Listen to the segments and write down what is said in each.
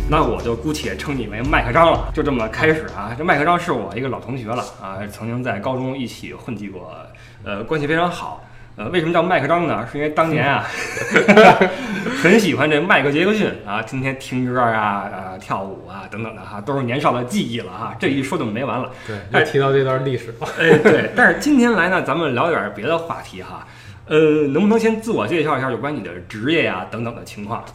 那我就姑且称你为麦克张了，就这么开始啊。这麦克张是我一个老同学了啊，曾经在高中一起混迹过，关系非常好。为什么叫麦克张呢？是因为当年啊，很喜欢这迈克杰克逊啊，天天听歌啊、跳舞啊等等的哈，都是年少的记忆了哈。这一说就没完了。 对，又提到这段历史了。 对。但是今天来呢，咱们聊点别的话题哈。能不能先自我介绍一下有关你的职业呀等等的情况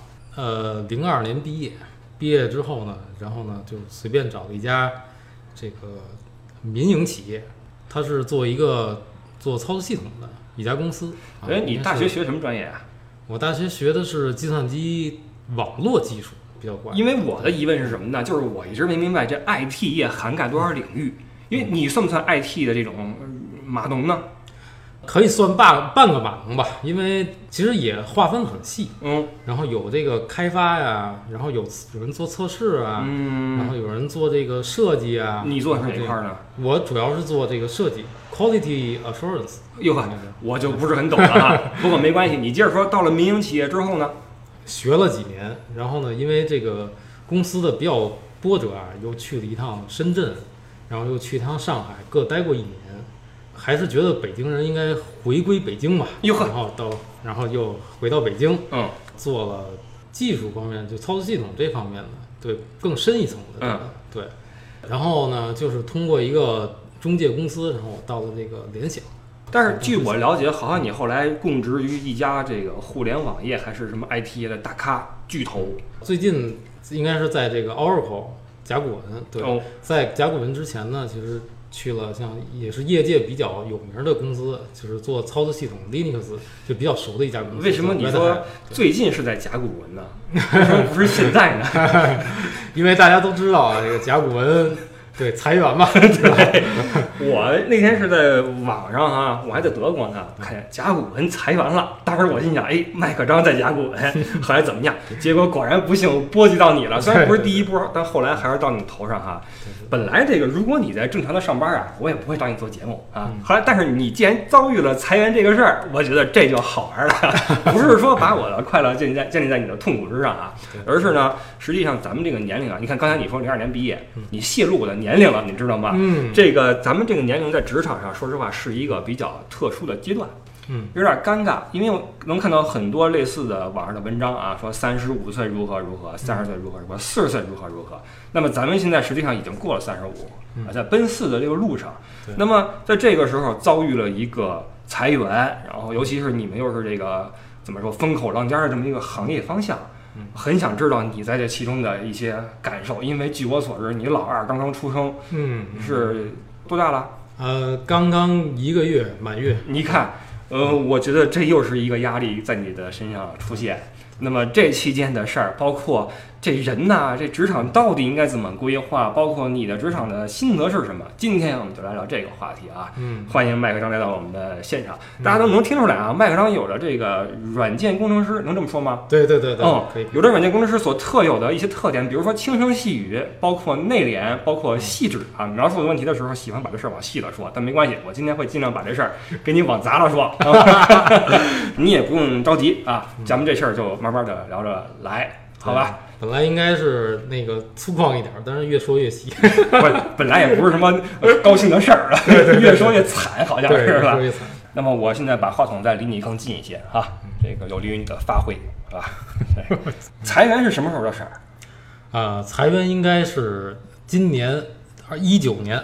？02年毕业之后呢，然后呢就随便找了一家这个民营企业，它是做操作系统的一家公司。 你大学学什么专业啊？ 我大学学的是计算机网络技术，比较怪。 因为我的疑问是什么呢？就是我一直没明白这 IT 业涵盖多少领域？因为你算不算 IT 的这种码农呢？ 可以算半个码农吧，因为其实也划分很细。然后有这个开发呀，然后有人做测试啊，然后有人做这个设计啊。 你做是哪块呢？ 我主要是做这个设计 ，quality assurance。 哟呵，我就不是很懂了哈。不过没关系，你接着说。到了民营企业之后呢？ 学了几年，然后呢，因为这个公司的比较波折啊，又去了一趟深圳，然后又去一趟上海，各待过1年。还是觉得北京人应该回归北京吧，然后又回到北京，做了技术方面，就操作系统这方面的，对，更深一层的，对。然后呢，就是通过一个中介公司，然后我到了这个联想。 但是据我了解，好像你后来供职于一家这个互联网业还是什么 IT 业的大咖巨头。 最近应该是在这个 Oracle 甲骨文，对，在甲骨文之前呢，其实去了像也是业界比较有名的公司，就是做操作系统 Linux 就比较熟的一家公司。 为什么你说最近是在甲骨文呢？为什么不是现在呢？ 因为大家都知道这个甲骨文对裁员嘛。 对，我那天是在网上哈，我还在德国呢，看见甲骨文裁员了。当时我心想，麦克张在甲骨文，后来怎么样？结果果然不幸波及到你了。虽然不是第一波，但后来还是到你头上哈。本来这个，如果你在正常的上班啊，我也不会找你做节目啊。后来，但是你既然遭遇了裁员这个事儿，我觉得这就好玩了。不是说把我的快乐建立在你的痛苦之上啊，而是呢，实际上咱们这个年龄啊，你看刚才你说02年毕业，你泄露我的年龄了，你知道吗？这个咱们这个年龄在职场上，说实话是一个比较特殊的阶段。有点尴尬，因为我能看到很多类似的网上的文章啊，说35岁如何如何，30岁如何如何，40岁如何如何。那么咱们现在实际上已经过了35，在奔4的这个路上。那么在这个时候遭遇了一个裁员，然后尤其是你们又是这个怎么说风口浪尖的这么一个行业方向，很想知道你在这其中的一些感受。因为据我所知，你老二刚刚出生，是多大了？ 刚刚1个月满月。 你看。我觉得这又是一个压力在你的身上出现。那么这期间的事儿，包括这人呐，这职场到底应该怎么规划，包括你的职场的心得是什么？今天我们就来聊这个话题啊。欢迎麦克张来到我们的现场。大家都能听出来啊，麦克张有着这个软件工程师，能这么说吗？ 对，可以。 有着软件工程师所特有的一些特点，比如说轻声细语，包括内敛，包括细致啊。描述问题的时候喜欢把这事儿往细了说，但没关系，我今天会尽量把这事儿给你往杂了说。你也不用着急啊，咱们这事儿就慢慢的聊着来，好吧？ 本来应该是那个粗犷一点，但是越说越细。 本来也不是什么高兴的事儿，越说越惨，好像是吧？那么我现在把话筒再离你更近一些哈，这个有利于你的发挥，是吧？裁员是什么时候的事儿？ 裁员应该是今年2019年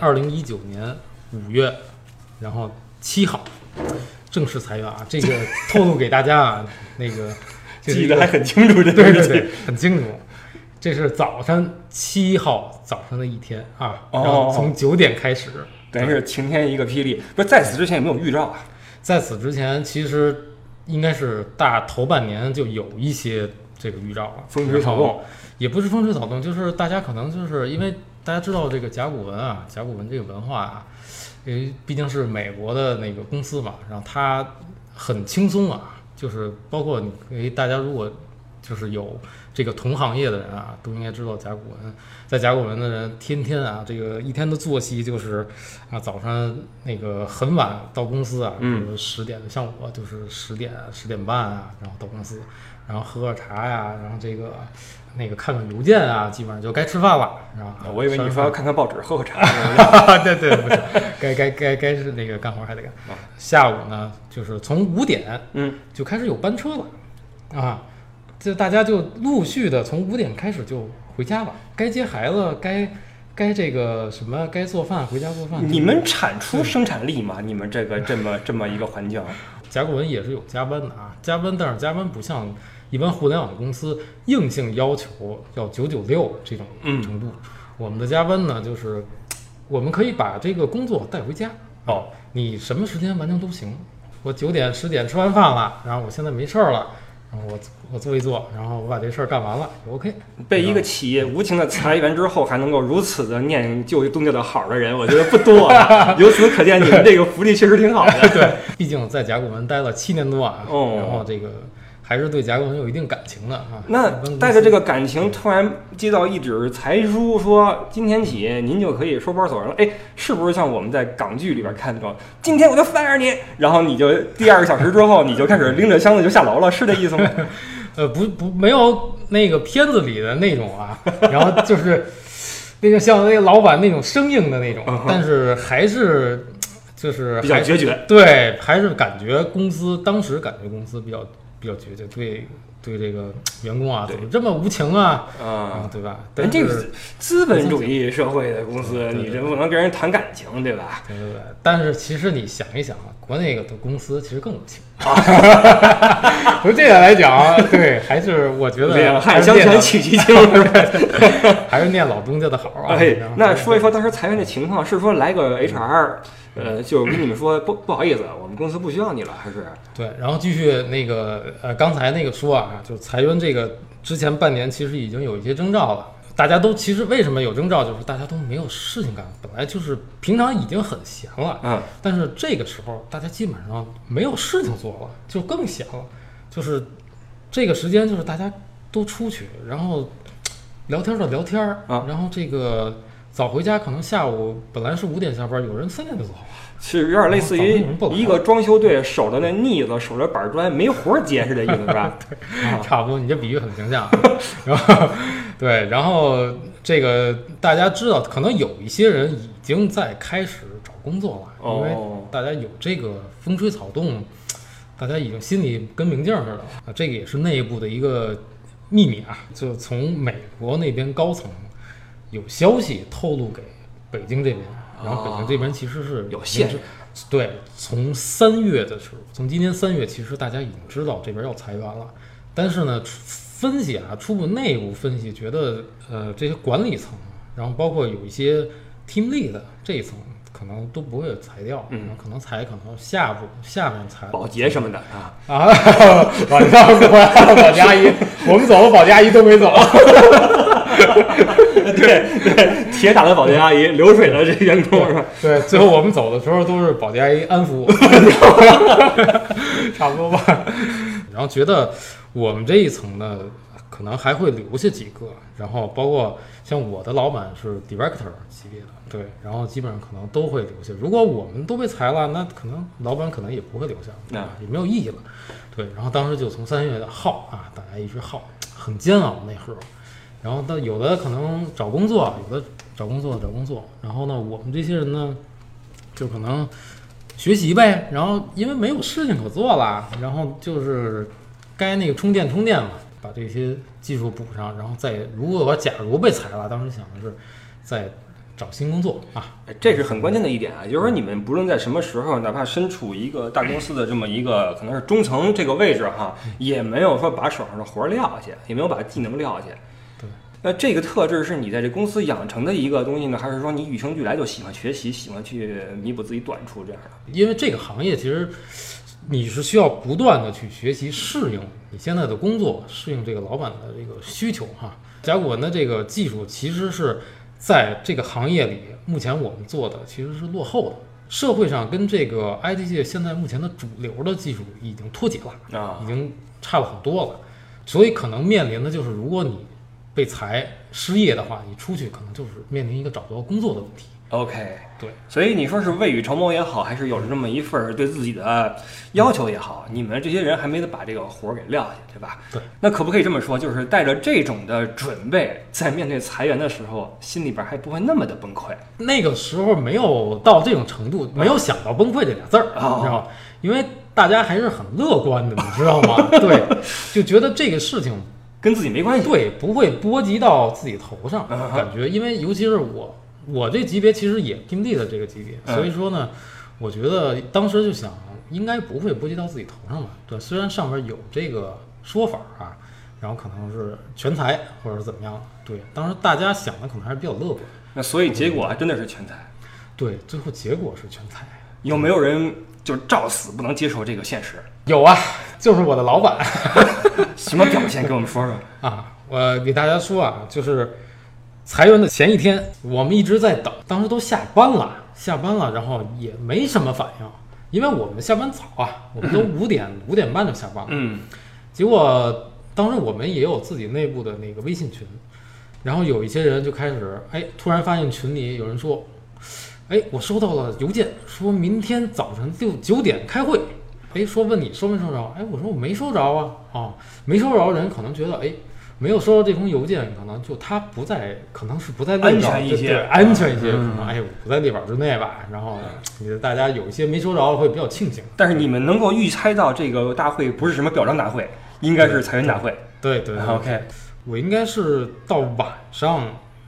5月，然后7号正式裁员啊，这个透露给大家啊，那个。 记得还很清楚， 对，很清楚。这是早晨7号早上的一天啊，然后从9点开始， 等于是晴天一个霹雳。不是在此之前有没有预兆啊？ 在此之前，其实应该是头半年就有一些这个预兆了。 风吹草动， 也不是风吹草动，就是大家可能就是因为大家知道这个甲骨文啊，甲骨文这个文化啊，因为毕竟是美国的那个公司嘛，然后它很轻松啊。就是包括大家如果就是有这个同行业的人啊，都应该知道甲骨文。在甲骨文的人，天天啊，这个一天的作息就是啊，早上那个很晚到公司啊，比如10点，像我就是10点半啊，然后到公司，然后喝个茶呀，然后这个那个看看邮件啊，基本上就该吃饭了，是吧？ 我以为你说要看看报纸，喝喝茶。 对，不是，该是那个干活还得干。下午呢，就是从5点，就开始有班车了，啊，这大家就陆续的从5点开始就回家了，该接孩子，该这个什么，该做饭回家做饭。 你们产出生产力吗？你们这个这么一个环境， 甲骨文也是有加班的啊，加班，但是加班不像一般互联网公司硬性要求要996这种程度。我们的加班呢，就是我们可以把这个工作带回家。你什么时间完成都行。我9点10点吃完饭了，然后我现在没事儿了，然后我做一做，然后我把这事儿干完了也 OK。 被一个企业无情的裁员之后，还能够如此的念旧东家的好的人，我觉得不多啊。由此可见，你们这个福利确实挺好的。 对，毕竟在甲骨文待了7年多啊，然后这个还是对甲骨文有一定感情的啊。 那带着这个感情，突然接到一纸财书，说今天起您就可以收包走人了。哎，是不是像我们在港剧里边看那种，今天我就 fire 你，然后你就第2个小时之后，你就开始拎着箱子就下楼了，是这意思吗？ 不，没有那个片子里的那种啊，然后就是那个像那个老板那种生硬的那种，但是还是就是比较决绝。 对，还是当时感觉公司比较决绝，对这个员工啊，怎么这么无情啊？对吧？ 但这个资本主义社会的公司，你这不能跟人谈感情，对吧？ 对。但是其实你想一想啊，国内的公司其实更无情。从这点来讲，对，还是我觉得两害相权取其轻，是吧？ 还是念老东家的好啊。 那说一说当时裁员的情况，是说来个 HR。就跟你们说不好意思，我们公司不需要你了，还是对，然后继续那个刚才那个说啊，就裁员这个之前半年其实已经有一些征兆了，大家都其实为什么有征兆，就是大家都没有事情干，本来就是平常已经很闲了，但是这个时候大家基本上没有事情做了，就更闲了，就是这个时间就是大家都出去，然后聊天的聊天然后这个。早回家，可能下午本来是5点下班，有人3点就走了， 是有点类似于一个装修队守着那腻子，守着板砖，没活接是这意思是吧？ 对，差不多，你这比喻很形象。然后，对，然后这个大家知道，可能有一些人已经在开始找工作了，因为大家有这个风吹草动，大家已经心里跟明镜似的啊。这个也是内部的一个秘密啊，就从美国那边高层。有消息透露给北京这边，然后北京这边其实是有限制。 对，从3月的时候，从今年3月，其实大家已经知道这边要裁员了。但是呢，分析啊，初步内部分析觉得，这些管理层，然后包括有一些 team lead 这一层，可能都不会裁掉，可能下面裁保洁什么的晚上保洁阿姨，我们走了，保洁阿姨都没走。 对，铁打的保洁阿姨，流水的这员工是吧？ 对，最后我们走的时候都是保洁阿姨安抚我，差不多吧。然后觉得我们这一层呢，可能还会留下几个，然后包括像我的老板是 director 级别的，对，然后基本上可能都会留下。如果我们都被裁了，那可能老板可能也不会留下，也没有意义了。对，然后当时就从3月耗啊，大家一直耗，很煎熬那时候。然后有的可能找工作，有的找工作，然后呢，我们这些人呢，就可能学习呗。然后因为没有事情可做了，然后就是该那个充电嘛，把这些技术补上，然后假如被裁了，当时想的是再找新工作啊。 这是很关键的一点啊，就是说你们不论在什么时候，哪怕身处一个大公司的这么一个可能是中层这个位置哈，也没有说把手上的活撂下去，也没有把技能撂下。那这个特质是你在这公司养成的一个东西呢，还是说你与生俱来就喜欢学习，喜欢去弥补自己短处这样的？ 因为这个行业其实你是需要不断的去学习，适应你现在的工作，适应这个老板的这个需求哈。甲骨文的这个技术其实是在这个行业里，目前我们做的其实是落后的，社会上跟这个 IT 界现在目前的主流的技术已经脱节了已经差了很多了。 所以可能面临的就是，如果你被失业的话，你出去可能就是面临一个找不到工作的问题。 OK， 对， 所以你说是未雨绸缪也好，还是有着这么一份对自己的要求也好，你们这些人还没得把这个活儿给撂下，对吧？ 对。 那可不可以这么说，就是带着这种的准备，在面对裁员的时候，心里边还不会那么的崩溃？ 那个时候没有到这种程度，没有想到崩溃这俩字儿，你知道吗？因为大家还是很乐观的，你知道吗？对，就觉得这个事情跟自己没关系， 对，不会波及到自己头上，感觉，因为尤其是我这级别其实也 team lead 的这个级别，所以说呢，我觉得当时就想，应该不会波及到自己头上吧？对，虽然上面有这个说法啊，然后可能是全裁或者怎么样，对，当时大家想的可能还是比较乐观。 那所以结果还真的是全裁。 对，最后结果是全裁。 有没有人就照死不能接受这个现实？ 有啊，就是我的老板。 什么表现？给我们说说啊！我给大家说啊，就是裁员的前一天，我们一直在等，当时都下班了，然后也没什么反应，因为我们下班早啊，我们都5点半就下班了。结果当时我们也有自己内部的那个微信群，然后有一些人就开始，突然发现群里有人说，我收到了邮件，说明天早晨9点开会。说问你收没收着？我说我没收着啊，没收着，人可能觉得没有收到这封邮件，可能就他不在，可能是不在列表， 安全一些， 安全一些，可能我不在列表之内吧。然后大家有一些没收着会比较庆幸。 但是你们能够预猜到这个大会不是什么表彰大会，应该是裁员大会。 对 ，OK， 我应该是到晚上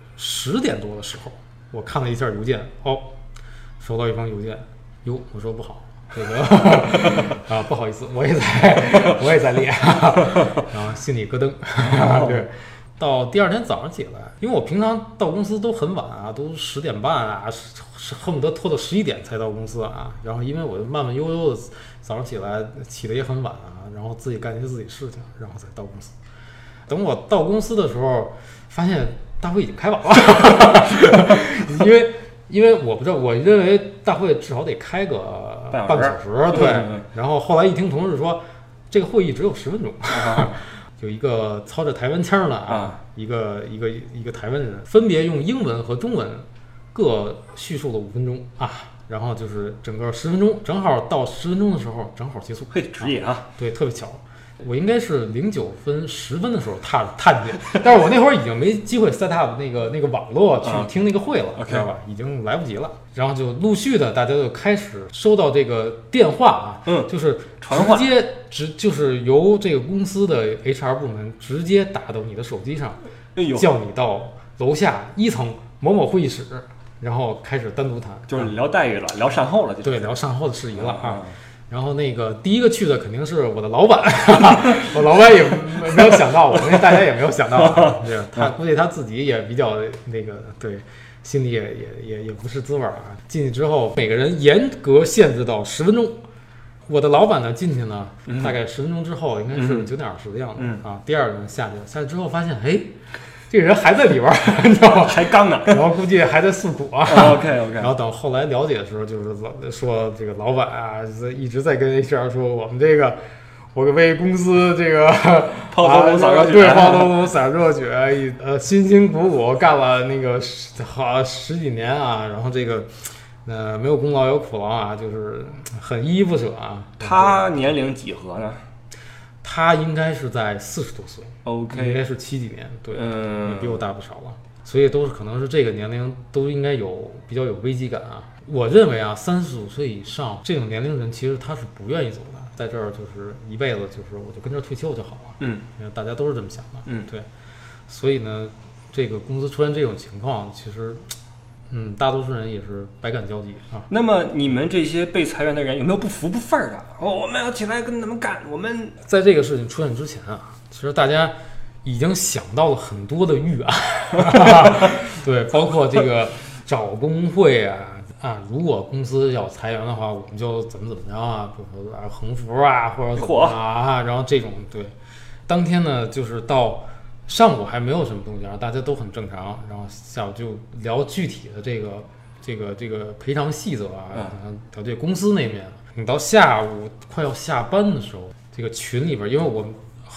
10点多的时候，我看了一下邮件，收到一封邮件，我说不好。这个不好意思，我也在练，然后心里咯噔。对，到第二天早上起来，因为我平常到公司都很晚啊，都10点半啊，恨不得拖到11点才到公司啊。然后因为我慢慢悠悠的早上起来，起得也很晚啊，然后自己干一些自己事情，然后才到公司。等我到公司的时候，发现大会已经开完了，因为我不知道，我认为大会至少得开个半个小时，对。然后后来一听同事说，这个会议只有10分钟，有一个操着台湾腔的一个台湾人，分别用英文和中文各叙述了5分钟啊，然后就是整个10分钟，正好到10分钟的时候正好结束。 嘿，职业啊， 对，特别巧。我应该是09分10分的时候踏进去，但是我那会儿已经没机会 set up 那个网络去听那个会了，知道吧？已经来不及了。然后就陆续的大家就开始收到这个电话啊，就是直接就是由这个公司的 HR 部门直接打到你的手机上，叫你到楼下1层某某会议室，然后开始单独谈， 就是聊待遇了，聊善后了， 对，聊善后的事宜了啊。然后那个第一个去的肯定是我的老板，我老板也没有想到，我们大家也没有想到，对，他估计他自己也比较那个，对，心里也不是滋味啊。进去之后，每个人严格限制到10分钟。我的老板呢进去呢，大概10分钟之后，应该是9点20的样子啊。第二个人下去之后发现，这个人还在里边，你知道吗？ 还刚呢， 然后估计还在诉苦啊。 OK。 然后等后来了解的时候，就是说这个老板啊，一直在跟 HR 说，我们这个，我为公司这个抛头颅洒热血， 对，抛头颅洒热血，辛辛苦苦干了那个十几年啊，然后这个。没有功劳有苦劳啊，就是很依依不舍啊。 他年龄几何呢？ 他应该是在40多岁 ，OK， 应该是70几年，对，也比我大不少了。所以都是可能是这个年龄都应该比较有危机感啊。我认为啊，35岁以上这种年龄人其实他是不愿意走的，在这儿就是一辈子就是我就跟这儿退休就好了。因为大家都是这么想的。对。所以呢，这个公司出现这种情况，其实。大多数人也是百感交集啊。 那么你们这些被裁员的人有没有不服不忿的？我们要起来跟他们干。我们在这个事情出现之前啊，其实大家已经想到了很多的预案，对，包括这个找工会啊，如果公司要裁员的话，我们就怎么着啊，比如说横幅啊，或者怎么啊，然后这种对。当天呢，就是到。上午还没有什么动静，大家都很正常。然后下午就聊具体的这个赔偿细则啊，调解公司那边。你到下午快要下班的时候，这个群里边，因为我们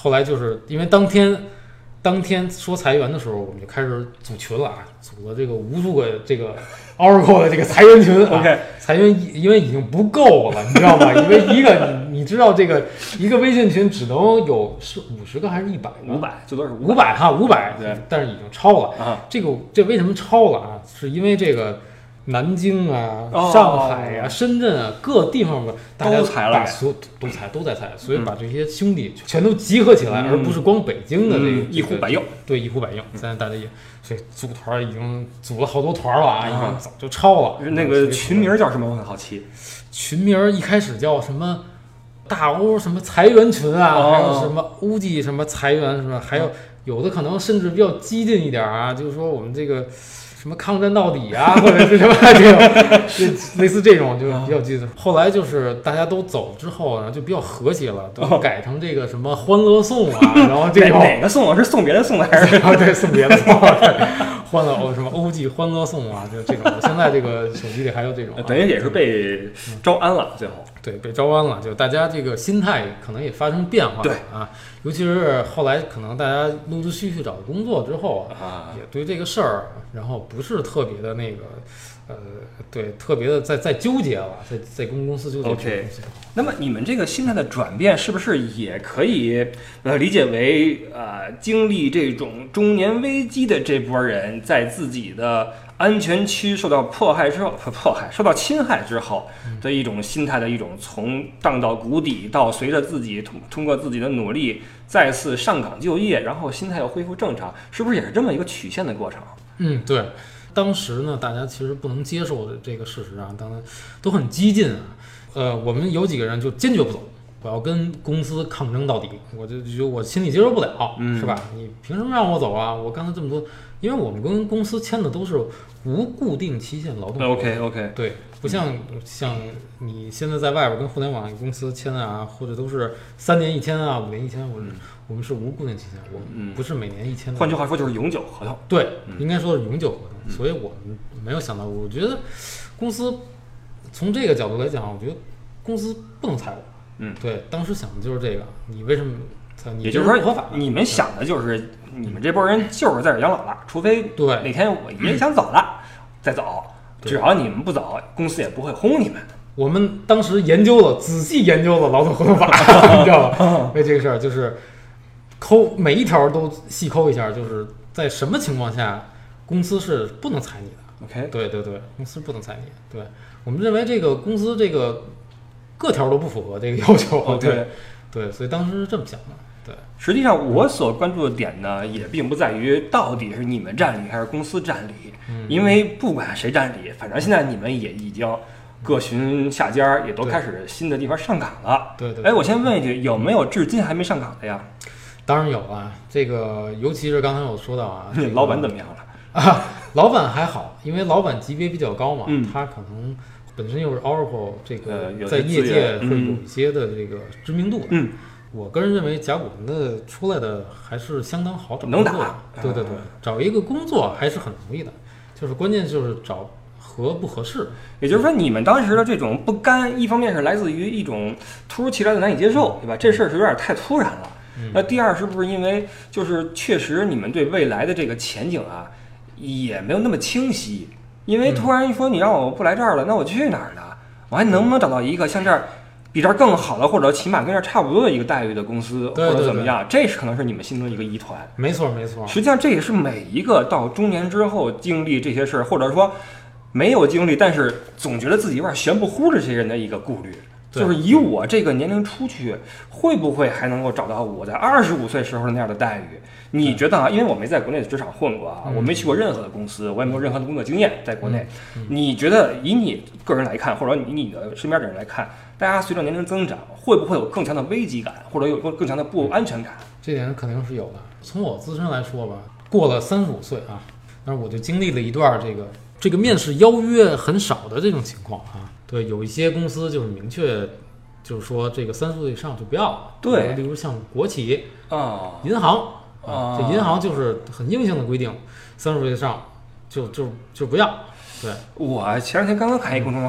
后来就是因为当天说裁员的时候，我们就开始组群了啊，组了这个无数个这个 Oracle 的这个裁员群啊。 OK， 裁员因为已经不够了，你知道吗？因为一个你知道这个一个微信群只能有是50个还是100个 ？500，最多是 500哈，500， 对， 但是已经超了啊。 这为什么超了啊？是因为这个南京啊、上海啊、深圳啊各地方吧，大家都裁了， 都在裁，所以把这些兄弟全都集合起来，而不是光北京的这个一呼百应。 对，一呼百应，现在大家也所以组团已经组了好多团了啊，已经早就超了。 那个群名叫什么？我很好奇。 群名一开始叫什么？大欧什么裁员群啊，还有什么欧记什么裁员什么，还有的可能甚至比较激进一点啊，就是说我们这个什么抗战到底啊，或者是什么这种，类似这种就是比较激进。后来就是大家都走之后呢，就比较和谐了，都改成这个什么欢乐颂啊，然后这种哪个颂啊？是送别的颂还是？ 对，送别的颂。欢乐什么欧记欢乐颂啊，就这种。现在这个手机里还有这种， 等于也是被招安了，最后。 对，被招安了，就大家这个心态可能也发生变化了啊，尤其是后来可能大家陆陆续续找工作之后啊，也对这个事儿，然后不是特别的那个，对，特别的在纠结了，在公司纠结。 OK， 那么你们这个心态的转变，是不是也可以理解为经历这种中年危机的这波人在自己的安全区受到受到侵害之后的一种心态的一种从荡到谷底到随着自己通过自己的努力再次上岗就业，然后心态又恢复正常，是不是也是这么一个曲线的过程？ 对。当时呢，大家其实不能接受的这个事实啊，当然都很激进啊。我们有几个人就坚决不走，我要跟公司抗争到底，我心里接受不了，是吧？你凭什么让我走啊？我刚才这么多，因为我们跟公司签的都是无固定期限劳动合同。 OK， 对，不像你现在在外边跟互联网公司签啊，或者都是3年1签啊，5年1签，我们是无固定期限，我们不是每年1签的。 换句话说就是永久合同。 对，应该说是永久合同。所以我们没有想到，我觉得公司从这个角度来讲，我觉得公司不能裁我。对，当时想的就是这个，你为什么？ 也就是说，合法，你们想的就是你们这波人就是在这养老了，除非哪天我爷爷想走了再走，只要你们不走，公司也不会轰你们。 我们当时仔细研究了劳动合同法，你知道吧？为这个事儿就是每一条都细抠一下，就是在什么情况下公司是不能裁你的。 OK， 对，公司不能裁你。对，我们认为这个公司这个各条都不符合这个要求。对，所以当时是这么想的。对， 实际上我所关注的点呢，也并不在于到底是你们占理还是公司占理，因为不管谁占理，反正现在你们也已经各寻下家，也都开始新的地方上岗了。 对。 哎，我先问一句，有没有至今还没上岗的呀？ 当然有啊，这个尤其是刚才我说到啊， 老板怎么样了？ 老板还好，因为老板级别比较高嘛，他可能本身又是 Oracle 这个在业界会有一些的这个知名度的。我个人认为甲骨文的出来的还是相当好找， 能打。 对，找一个工作还是很容易的，就是关键就是找合不合适。 也就是说，你们当时的这种不甘，一方面是来自于一种突如其来的难以接受，对吧？这事儿是有点太突然了。那第二是不是因为就是确实你们对未来的这个前景啊也没有那么清晰？因为突然说你让我不来这儿了，那我去哪儿呢？我还能不能找到一个像这儿比这儿更好的，或者起码跟这儿差不多的一个待遇的公司，或者怎么样？这是可能是你们心中一个疑团。 没错。 实际上这也是每一个到中年之后经历这些事儿，或者说没有经历，但是总觉得自己有点悬不乎这些人的一个顾虑。就是以我这个年龄出去，会不会还能够找到我在25岁时候的那样的待遇？你觉得啊？因为我没在国内的职场混过啊，我没去过任何的公司，我也没有任何的工作经验在国内。你觉得以你个人来看，或者以你的身边的人来看，大家随着年龄增长，会不会有更强的危机感，或者有更强的不安全感？ 这点肯定是有的。从我自身来说吧，过了35岁啊，但是我就经历了一段这个面试邀约很少的这种情况啊。对，有一些公司就是明确，就是说这个30岁以上就不要了。 对， 例如像国企银行这银行就是很硬性的规定，30岁以上就不要。对， 我前两天刚刚看一公众号，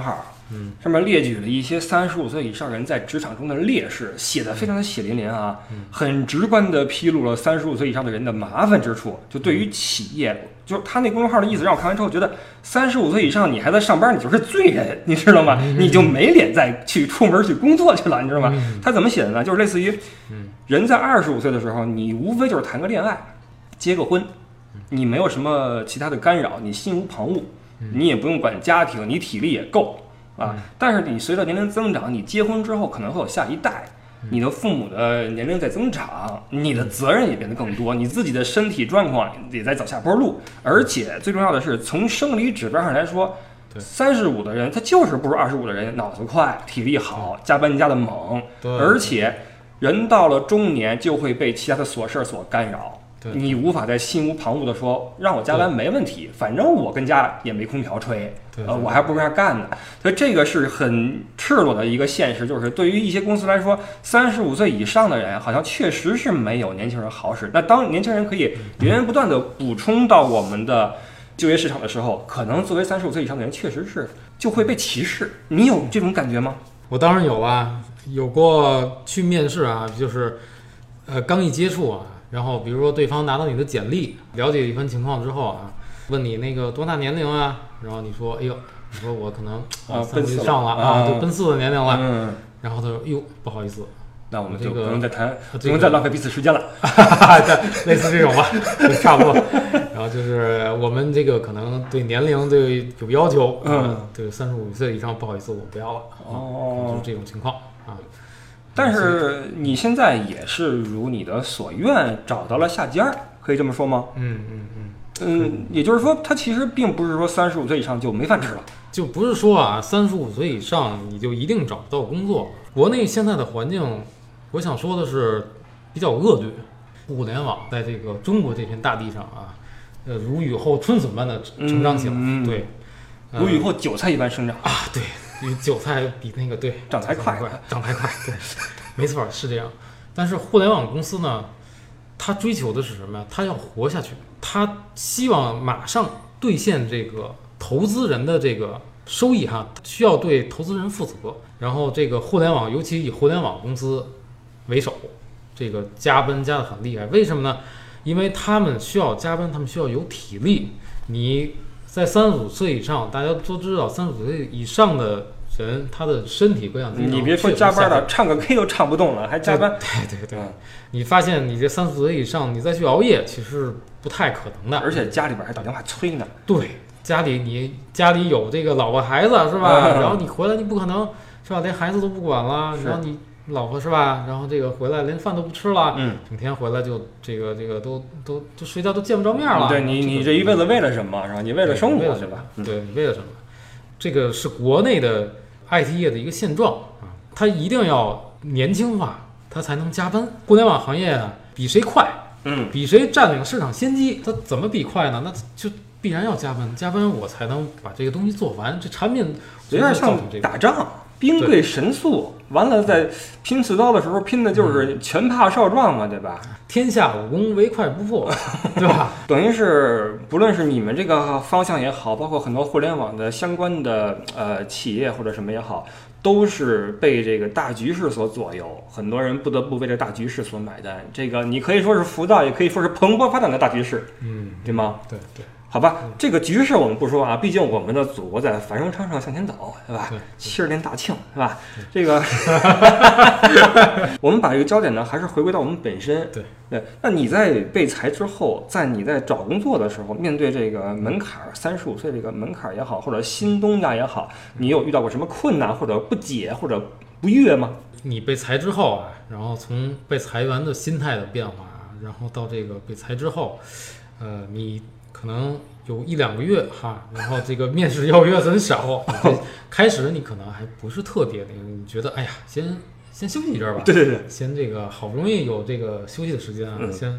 上面列举了一些35岁以上人在职场中的劣势，写的非常的血淋淋啊，很直观的披露了35岁以上的人的麻烦之处。就对于企业，就是他那公众号的意思，让我看完之后觉得35岁以上你还在上班，你就是罪人，你知道吗？你就没脸再去出门去工作去了，你知道吗？他怎么写的呢？就是类似于，人在25岁的时候，你无非就是谈个恋爱，结个婚，你没有什么其他的干扰，你心无旁骛，你也不用管家庭，你体力也够。但是你随着年龄增长，你结婚之后可能会有下一代，你的父母的年龄在增长，你的责任也变得更多，你自己的身体状况也在走下坡路，而且最重要的是，从生理指标上来说，35的人他就是不如25的人脑子快、体力好、加班加的猛，而且人到了中年就会被其他的琐事所干扰。你无法再心无旁骛的说让我加班没问题，反正我跟家也没空调吹，我还不如这样干呢。所以这个是很赤裸的一个现实，就是对于一些公司来说，35岁以上的人好像确实是没有年轻人好使。那当年轻人可以源源不断的补充到我们的就业市场的时候，可能作为35岁以上的人确实是就会被歧视。你有这种感觉吗？ 我当然有啊，有过去面试啊，就是刚一接触啊，然后比如说对方拿到你的简历，了解一番情况之后啊，问你那个多大年龄啊，然后你说哎呦，你说我可能30岁上了啊，就奔4的年龄了，然后他说哟不好意思， 那我们就不用再谈，不用再浪费彼此时间了， 类似这种吧，差不多。然后就是我们这个可能对年龄对有要求，对35岁以上不好意思我不要了，就是这种情况啊。 但是你现在也是如你的所愿找到了下家，可以这么说吗？也就是说，他其实并不是说35岁以上就没饭吃了， 就不是说啊，35岁以上你就一定找不到工作。国内现在的环境，我想说的是比较恶劣，互联网在这个中国这片大地上啊，如雨后春笋般的成长起来，对， 如雨后韭菜一般生长啊，对。韭菜比那个对长太快， 对，没错是这样。但是互联网公司呢，他追求的是什么呀？他要活下去，他希望马上兑现这个投资人的这个收益哈，需要对投资人负责。然后这个互联网，尤其以互联网公司为首，这个加班加得很厉害。为什么呢？因为他们需要加班，他们需要有体力。你在35岁以上，大家都知道，35岁以上的人，他的身体各项机能， 你别说加班了，唱个 K 都唱不动了，还加班？ 对，你发现你这35岁以上，你再去熬夜，其实不太可能的。 而且家里边还打电话催呢。 对，家里有这个老婆孩子是吧？然后你回来，你不可能是吧？连孩子都不管了，然后你老婆是吧？然后这个回来连饭都不吃了，整天回来就这个都睡觉都见不着面了。 对你这一辈子为了什么？是吧？你为了生活对吧？ 对，你为了什么？这个是国内的 IT 业的一个现状啊，它一定要年轻化，它才能加班。互联网行业啊，比谁快，比谁占领市场先机，它怎么比快呢？那就必然要加班，加班我才能把这个东西做完。这产品有点像打仗。兵贵神速，完了在拼刺刀的时候拼的就是拳怕少壮嘛，对吧？ 天下武功唯快不破，对吧？ 等于是不论是你们这个方向也好，包括很多互联网的相关的企业或者什么也好，都是被这个大局势所左右，很多人不得不为这大局势所买单。这个你可以说是浮躁，也可以说是蓬勃发展的大局势，对吗？ 对。 好吧，这个局势我们不说啊，毕竟我们的祖国在繁荣昌盛向前走，对吧？70年大庆，对吧？这个，我们把这个焦点呢，还是回归到我们本身。对。那你在被裁之后，你在找工作的时候，面对这个门槛，35岁这个门槛也好，或者新东家也好，你有遇到过什么困难或者不解或者不悦吗？ 你被裁之后啊，然后从被裁员的心态的变化，然后到这个被裁之后，你可能有1-2个月哈，然后这个面试邀约很少，开始你可能还不是特别那个，你觉得哎呀，先休息一阵吧， 对， 先这个好不容易有这个休息的时间啊，先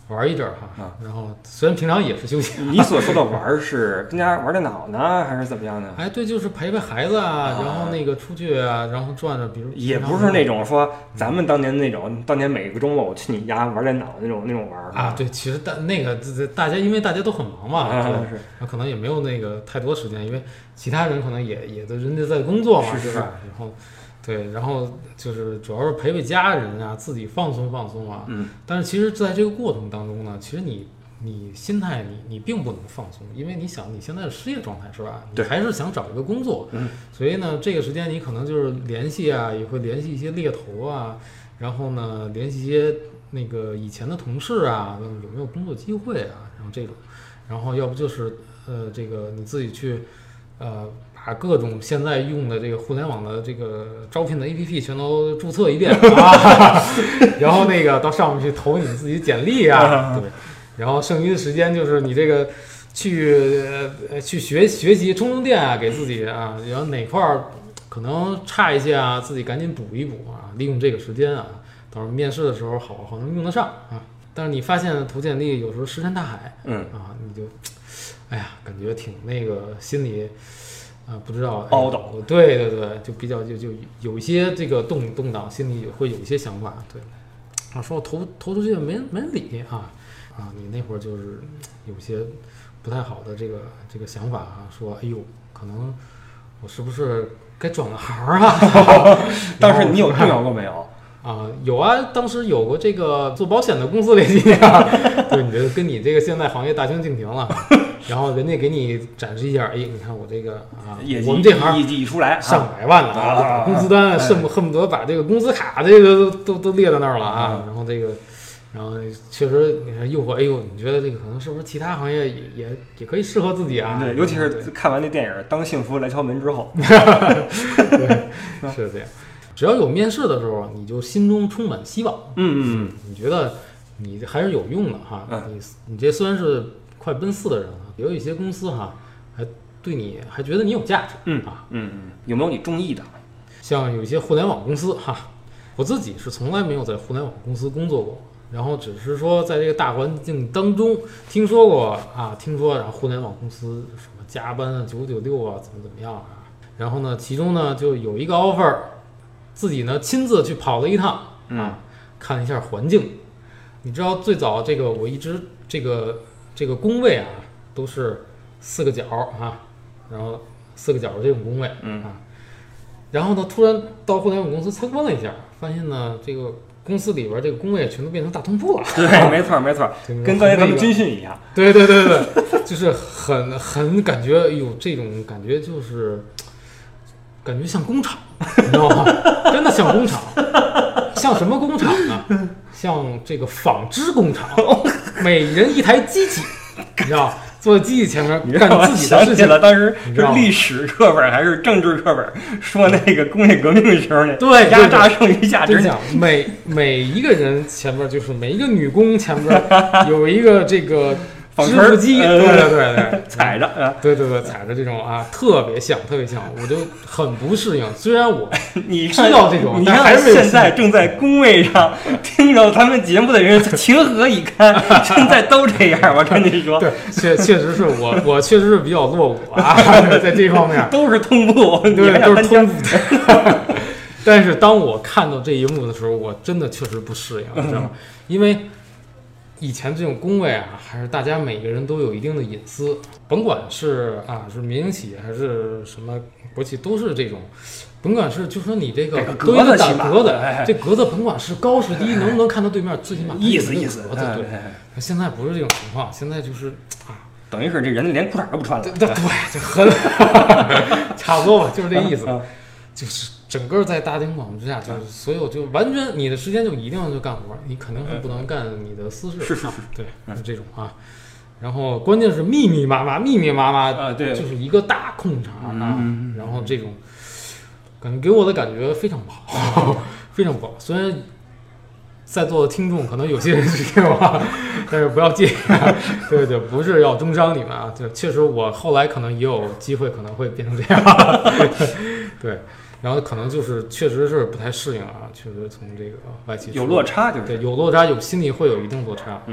玩一阵儿哈，然后虽然平常也是休息。 你所说的玩是跟家玩电脑呢，还是怎么样呢？ 哎，对，就是陪陪孩子啊，然后那个出去啊，然后转着，比如也不是那种说咱们当年那种，当年每个周末我去你家玩电脑那种玩啊。对，其实那个大家因为大家都很忙嘛， 是， 可能也没有那个太多时间，因为其他人可能也都人家在工作嘛， 是吧？然后。对，然后就是主要是陪陪家人啊，自己放松放松啊。但是其实在这个过程当中呢，其实你心态你并不能放松，因为你想你现在的失业状态是吧？你还是想找一个工作。所以呢，这个时间你可能就是联系啊，也会联系一些猎头啊，然后呢联系一些那个以前的同事啊，问有没有工作机会啊，然后这种，然后要不就是这个你自己去把各种现在用的这个互联网的这个招聘的 APP 全都注册一遍啊，然后那个到上面去投你自己简历啊，对，然后剩余的时间就是你这个去学习充电啊，给自己啊，然后哪块可能差一些啊，自己赶紧补一补啊，利用这个时间啊，到时候面试的时候好能用得上啊。但是你发现投简历有时候石沉大海，你就哎呀，感觉挺那个心里。不知道凹斗， 对，就比较就有一些这个动荡，心里也会有一些想法，对。说我投出去没人理你那会儿就是有些不太好的这个想法说哎呦，可能我是不是该转个行啊？ 当时你有动摇过没有？ 有啊，当时有过这个做保险的公司联系啊，对，你觉得跟你这个现在行业大相径庭了。然后人家给你展示一下，哎，你看我这个我们这行业绩一出来上百万的工资单，恨不得把这个工资卡这个都列在那儿了啊。然后确实你看诱惑，哎呦，你觉得这个可能是不是其他行业也可以适合自己啊？ 对，尤其是看完那电影《当幸福来敲门》之后， 对，是这样。只要有面试的时候，你就心中充满希望。你觉得你还是有用的哈。你这虽然是快奔4的人了，有一些公司还对你还觉得你有价值。 有没有你中意的？ 像有一些互联网公司我自己是从来没有在互联网公司工作过，然后只是说在这个大环境当中听说，然后互联网公司什么加班996怎么样然后呢，其中呢就有一个 offer。自己呢亲自去跑了一趟看一下环境。你知道最早这个我一直这个工位都是4个角然后4个角的这种工位然后呢突然到互联网公司参观了一下，发现呢这个公司里边这个工位全都变成大通铺了。 对，没错，跟刚才咱们军训一样。 对，就是很感觉，哎呦，这种感觉就是感觉像工厂。你知道吗？真的像工厂，像什么工厂呢？像这个纺织工厂，每人一台机器，你知道，坐在机器前面干自己的事情。 了，当时是历史课本还是政治课本说那个工业革命的时候呢？ 对， 压榨剩余价值。 讲每一个人前面就是每一个女工前面有一个这个。织布机，对， 踩着， 对，踩着这种特别像，我就很不适应。虽然我你知道这种， 你看现在正在工位上听着咱们节目的人情何以堪？现在都这样，我跟你说， 对，确实是我确实是比较落伍在这方面都是通铺， 对，都是通铺。但是当我看到这一幕的时候，我真的确实不适应，你知道吗？因为以前这种工位还是大家每个人都有一定的隐私，甭管是是民营企业还是什么国企，都是这种，甭管是就说你这个格子打格子，这格子甭管是高是低，能不能看到对面，最起码意思， 格子对。现在不是这种情况，现在就是等于是这人连裤衩都不穿了， 对，就很差不多吧，就是这意思，就是整个在大庭广众之下，就是所有就完全你的时间就一定要去干活，你肯定是不能干你的私事。 是， 对，是这种然后关键是密密麻麻对， 就是一个大空场然后这种感觉给我的感觉非常不好，非常不好。虽然在座的听众可能有些人是这种但是不要介意对，不是要中伤你们对，确实我后来可能也有机会可能会变成这样对。然后可能就是确实是不太适应确实从这个外企有落差，就是对有落差，心里会有一定落差。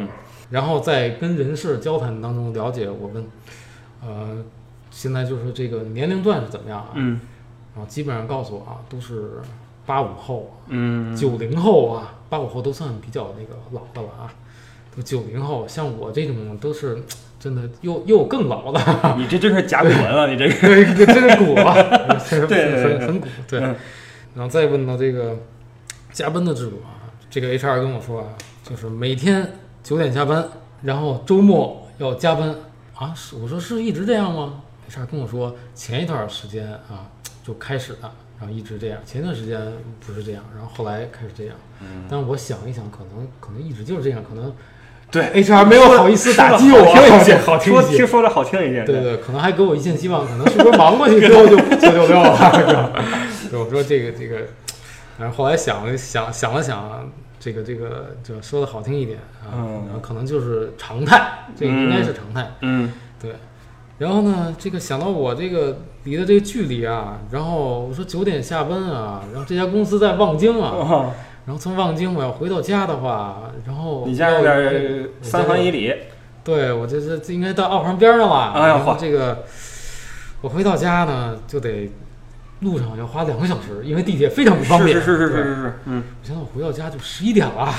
然后在跟人事交谈当中了解，我问，现在就是这个年龄段是怎么样啊？然后基本上告诉我啊，都是85后，90后啊，85后都算比较那个老的了啊，都90后，像我这种都是真的又更老的。 你这真是甲骨文了，你这个对，真是骨啊， 对， 很骨，对。然后再问到这个加班的制度啊，这个 HR 跟我说啊，就是每天9点下班，然后周末要加班啊。我说是一直这样吗？HR 跟我说前一段时间啊就开始的，然后一直这样，前段时间不是这样，然后后来开始这样。但我想一想，可能一直就是这样，可能对 HR 没有好意思打击我，好听一些， 说的好听一点， 对，可能还给我一线希望，可能是不是忙过去之后就966了？我说这个，然后后来想了想，这个就说的好听一点啊，然后可能就是常态，这个应该是常态，对。然后呢，这个想到我这个离的这个距离啊，然后我说9点下班啊，然后这家公司在望京啊，然后从望京我要回到家的话，然后你家有点3环以里， 对我这应该到2环边上了。 哎呀， 然后这个我回到家呢，就得路上要花2个小时，因为地铁非常不方便。 是， 我现在我回到家就11点了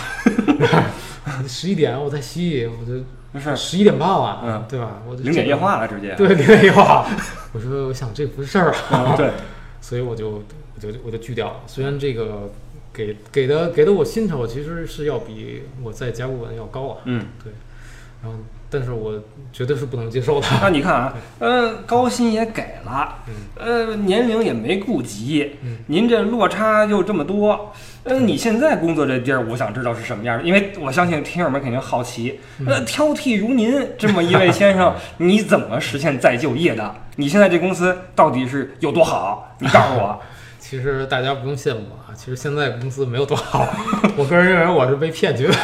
，11点我再洗，我就11点半了，对吧？我就 0点液化了，直接。 对，0点液化。我想这不是事儿啊， 对， 所以我就拒掉了。虽然这个给的我薪酬其实是要比我在甲骨文要高啊，对，然后但是我绝对是不能接受的。 那你看啊，高薪也给了，年龄也没顾及，您这落差又这么多，你现在工作这地儿，我想知道是什么样的，因为我相信听友们肯定好奇，挑剔如您这么一位先生，你怎么实现再就业的？你现在这公司到底是有多好？你告诉我。 其实大家不用羡慕啊，其实现在公司没有多好，我个人认为我是被骗去的。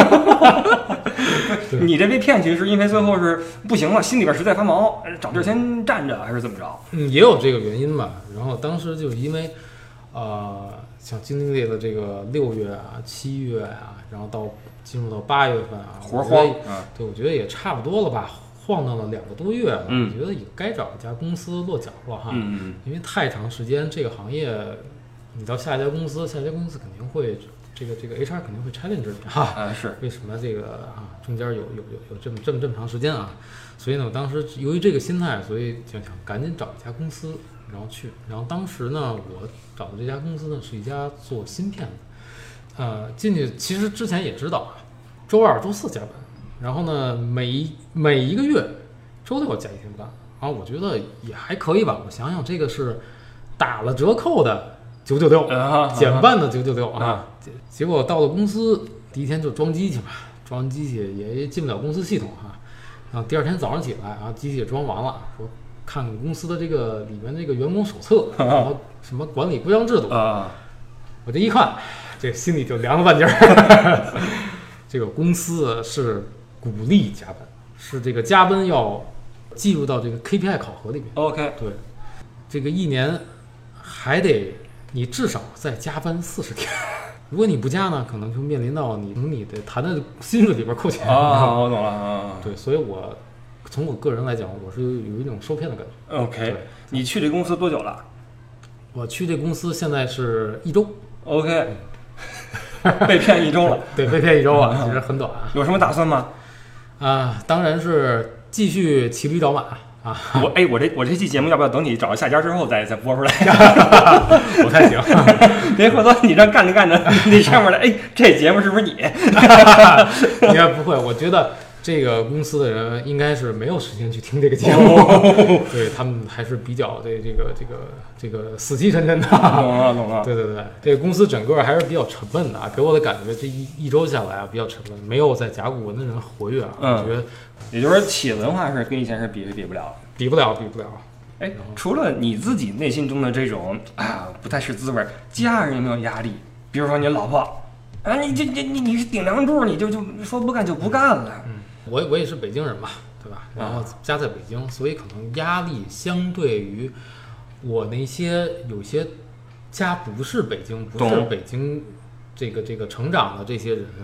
你这被骗去是因为最后是不行了，心里边实在发毛，找地儿先站着，还是怎么着？ 也有这个原因吧。然后当时就是因为，像经历了这个6月啊、7月啊，然后进入到8月份啊， 活慌， 对，我觉得也差不多了吧。晃荡了2个多月了，我觉得也该找一家公司落脚了哈。因为太长时间这个行业，你到下一家公司肯定会这个 HR 肯定会 challenge 你哈。是为什么这个中间有这么长时间啊？所以呢，我当时由于这个心态，所以就想赶紧找一家公司，然后去。然后当时呢，我找的这家公司呢是一家做芯片的，进去其实之前也知道啊，周2、周4加班。然后呢，每一个月周6加1天班啊，我觉得也还可以吧。我想想，这个是打了折扣的996，减半的996啊。结果到了公司第一天就装机器嘛，装完机器也进不了公司系统哈。然后第2天早上起来啊，机器也装完了，说看公司的这个里面这个员工手册，然后什么管理规章制度啊，我这一看，这心里就凉了半截儿。这个公司是鼓励加班，是这个加班要计入到这个 KPI 考核里面。 OK， 对，这个1年还得你至少再加班40天。如果你不加呢，可能就面临到你得谈的薪水里边扣钱。 我懂了。 对，所以我从我个人来讲，我是有一种受骗的感觉。 OK， 你去这公司多久了？ 我去这公司现在是1周。 OK， 被骗1周了。 对，被骗1周啊，其实很短啊。 有什么打算吗？ 当然是继续骑驴找马啊！ 我这期节目要不要等你找到下家之后再播出来？ 不太行， 别回头你这干着干着，你上面的这节目是不是你？ 应该不会，我觉得这个公司的人应该是没有时间去听这个节目，对他们还是比较对这个死气沉沉的。 懂了。 对，这个公司整个还是比较沉闷的啊，给我的感觉这一周下来啊比较沉闷，没有在甲骨文的人活跃啊。我觉得， 也就是说企业文化是跟以前是比不了。 除了你自己内心中的这种不太是滋味，家人有没有压力？比如说你老婆你是顶梁柱，你就说不干就不干了。 我也是北京人嘛，对吧？然后家在北京，所以可能压力相对于我那些有些家不是北京这个成长的这些人，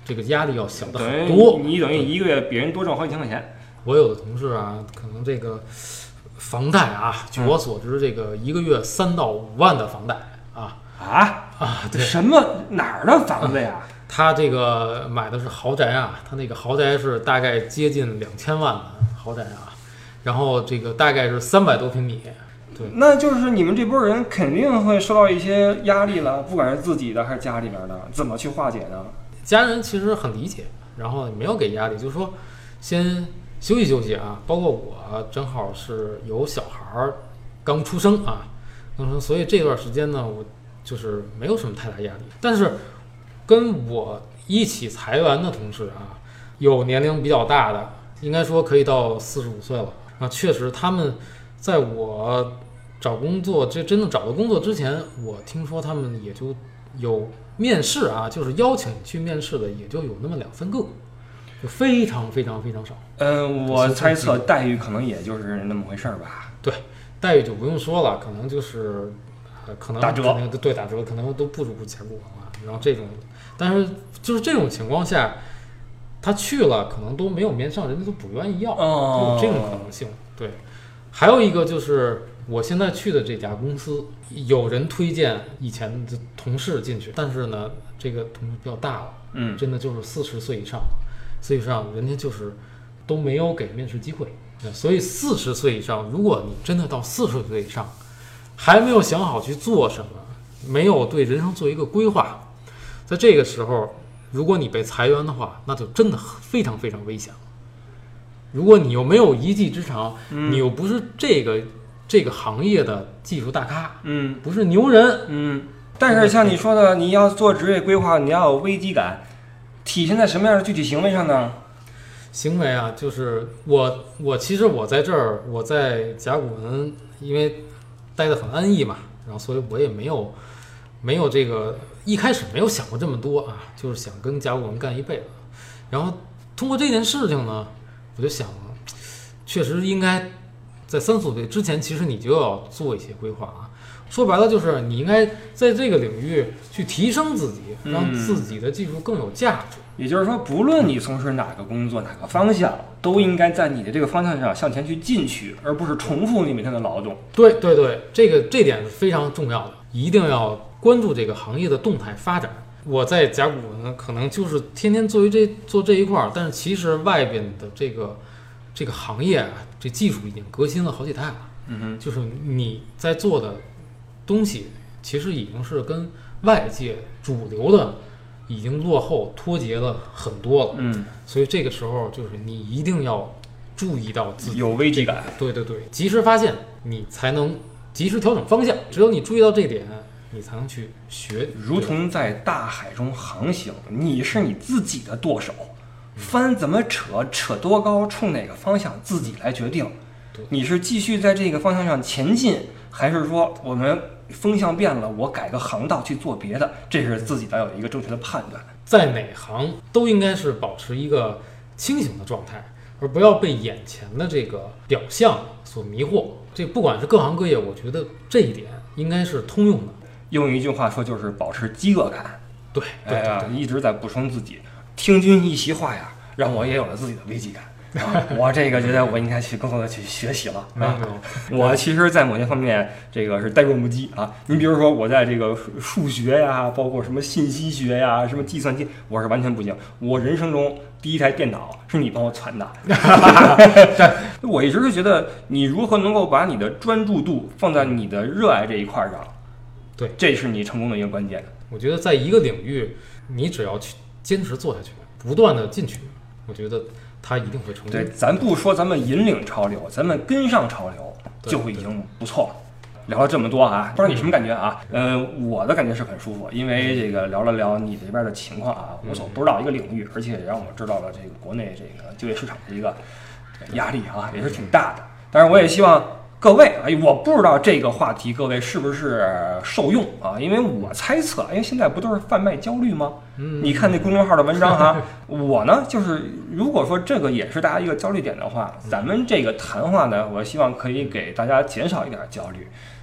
这个压力要小的很多。 你等于一个月比人多挣好几千块钱。 我有的同事啊，可能这个房贷啊，据我所知，这个一个月3到5万的房贷对， 什么哪儿的房子呀？ 他这个买的是豪宅啊，他那个豪宅是大概接近2000万的豪宅啊，然后这个大概是300多平米。对， 那就是你们这波人肯定会受到一些压力了，不管是自己的还是家里边的，怎么去化解呢？ 家人其实很理解，然后没有给压力，就是说先休息休息啊。包括我正好是有小孩儿刚出生啊，所以这段时间呢，我就是没有什么太大压力。但是跟我一起裁员的同事啊，有年龄比较大的，应该说可以到45岁了啊。确实，他们在我找工作，这真正找到工作之前，我听说他们也就有面试啊，就是邀请你去面试的，也就有那么2-3个，就非常非常非常少。 我猜测待遇可能也就是那么回事儿吧。 对，待遇就不用说了，可能就是可能打折， 对，打折可能都不如甲骨文了。然后这种，但是就是这种情况下，他去了可能都没有面上，人家都不愿意要，有这种可能性。对，还有一个就是我现在去的这家公司，有人推荐以前的同事进去，但是呢，这个同事比较大了，真的就是40岁以上，人家就是都没有给面试机会。所以40岁以上，如果你真的到40岁以上，还没有想好去做什么，没有对人生做一个规划，在这个时候，如果你被裁员的话，那就真的非常非常危险了。如果你又没有一技之长，你又不是这个行业的技术大咖，不是牛人， 但是像你说的，你要做职业规划，你要有危机感，体现在什么样的具体行为上呢？ 行为啊，就是其实我在这儿，我在甲骨文，因为待得很安逸嘛，然后所以我也没有这个一开始没有想过这么多啊，就是想跟甲骨文干一辈子。然后通过这件事情呢，我就想，确实应该在30岁之前，其实你就要做一些规划啊。说白了就是你应该在这个领域去提升自己，让自己的技术更有价值。 也就是说，不论你从事哪个工作、哪个方向，都应该在你的这个方向上向前去进取，而不是重复你每天的劳动。 对，这点是非常重要的，一定要关注这个行业的动态发展。我在甲骨文可能就是天天做这一块，但是其实外边的这个行业啊，这技术已经革新了好几代了。就是你在做的东西，其实已经是跟外界主流的已经落后脱节了很多了。所以这个时候就是你一定要注意到自己有危机感。 对，及时发现，你才能及时调整方向。只有你注意到这点，你才能去学。 如同在大海中航行，你是你自己的舵手，帆怎么扯多高，冲哪个方向自己来决定。你是继续在这个方向上前进，还是说我们风向变了，我改个航道去做别的？这是自己要有一个正确的判断。 在哪行都应该是保持一个清醒的状态，而不要被眼前的这个表象所迷惑。这不管是各行各业，我觉得这一点应该是通用的。 用一句话说，就是保持饥饿感。 对， 一直在补充自己。听君一席话呀，让我也有了自己的危机感。我这个觉得我应该去更多的去学习了。我其实，在某些方面，这个是呆若木鸡啊。你比如说，我在这个数学呀，包括什么信息学呀，什么计算机，我是完全不行。我人生中第一台电脑是你帮我传的。我一直是觉得，你如何能够把你的专注度放在你的热爱这一块上， 对， 这是你成功的一个关键。 我觉得在一个领域，你只要去坚持做下去，不断的进取，我觉得他一定会成功。 对，咱不说咱们引领潮流，咱们跟上潮流就已经不错了。聊了这么多啊，不知道你什么感觉啊？我的感觉是很舒服，因为这个聊了聊你这边的情况啊，我所不知道一个领域，而且也让我知道了这个国内这个就业市场的一个压力啊，也是挺大的。当然，我也希望各位啊，我不知道这个话题各位是不是受用啊？因为我猜测，因为现在不都是贩卖焦虑吗？你看那公众号的文章哈，我呢就是如果说这个也是大家一个焦虑点的话，咱们这个谈话呢，我希望可以给大家减少一点焦虑。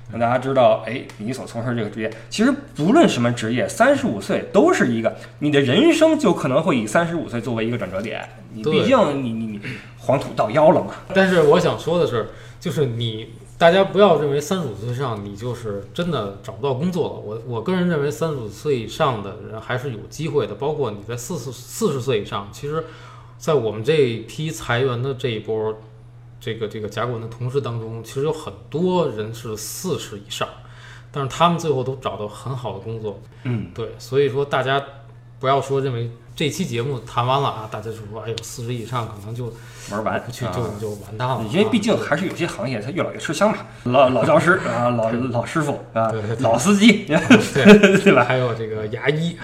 让大家知道，哎，你所从事这个职业，其实不论什么职业，35岁都是一个你的人生就可能会以35岁作为一个转折点。你毕竟你黄土到腰了嘛。 但是我想说的是，就是大家不要认为35岁以上你就是真的找不到工作了。我个人认为35岁以上的人还是有机会的，包括你在40岁以上，其实在我们这一批裁员的这一波这个甲骨文的同事当中，其实有很多人是40以上，但是他们最后都找到很好的工作。对，所以说大家不要说认为这期节目谈完了啊，大家就说哎呦40以上可能就玩完不去就完蛋了， 因为毕竟还是有些行业它越老越吃香嘛，老教师啊，老师傅啊，老司机，对吧？ 还有这个牙医。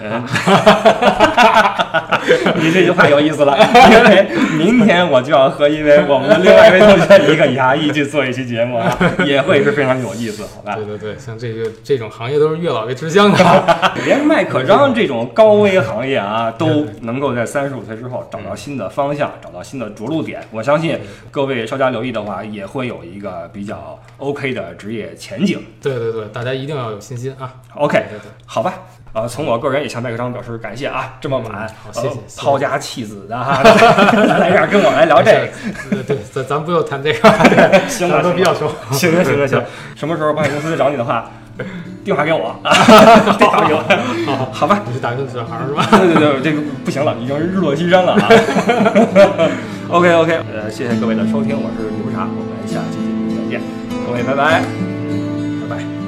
你这句话有意思了，因为明天我就要和我们的另外一位同学一个牙医去做一期节目啊，也会是非常有意思，好吧？ 对，像这种行业都是越老越吃香的， 连麦可章这种高危行业啊，都能够在35岁之后找到新的方向，找到新的着陆点。我相信各位稍加留意的话，也会有一个比较 OK 的职业前景。 对，大家一定要有信心啊。 OK， 对， 好吧。从我个人也向麦克章表示感谢啊！这么晚， 谢谢抛家弃子的哈，来这儿跟我来聊这个。 对，咱不用谈这个， 行了， 都比较熟。 行，什么时候保险公司找你的话，电话给我啊，电话给我。好吧， 你是打个小孩是吧？ 对，这个不行了，已经日落西山了啊。OK，谢谢各位的收听，我是李不茶，我们下期节目再见，各位拜拜。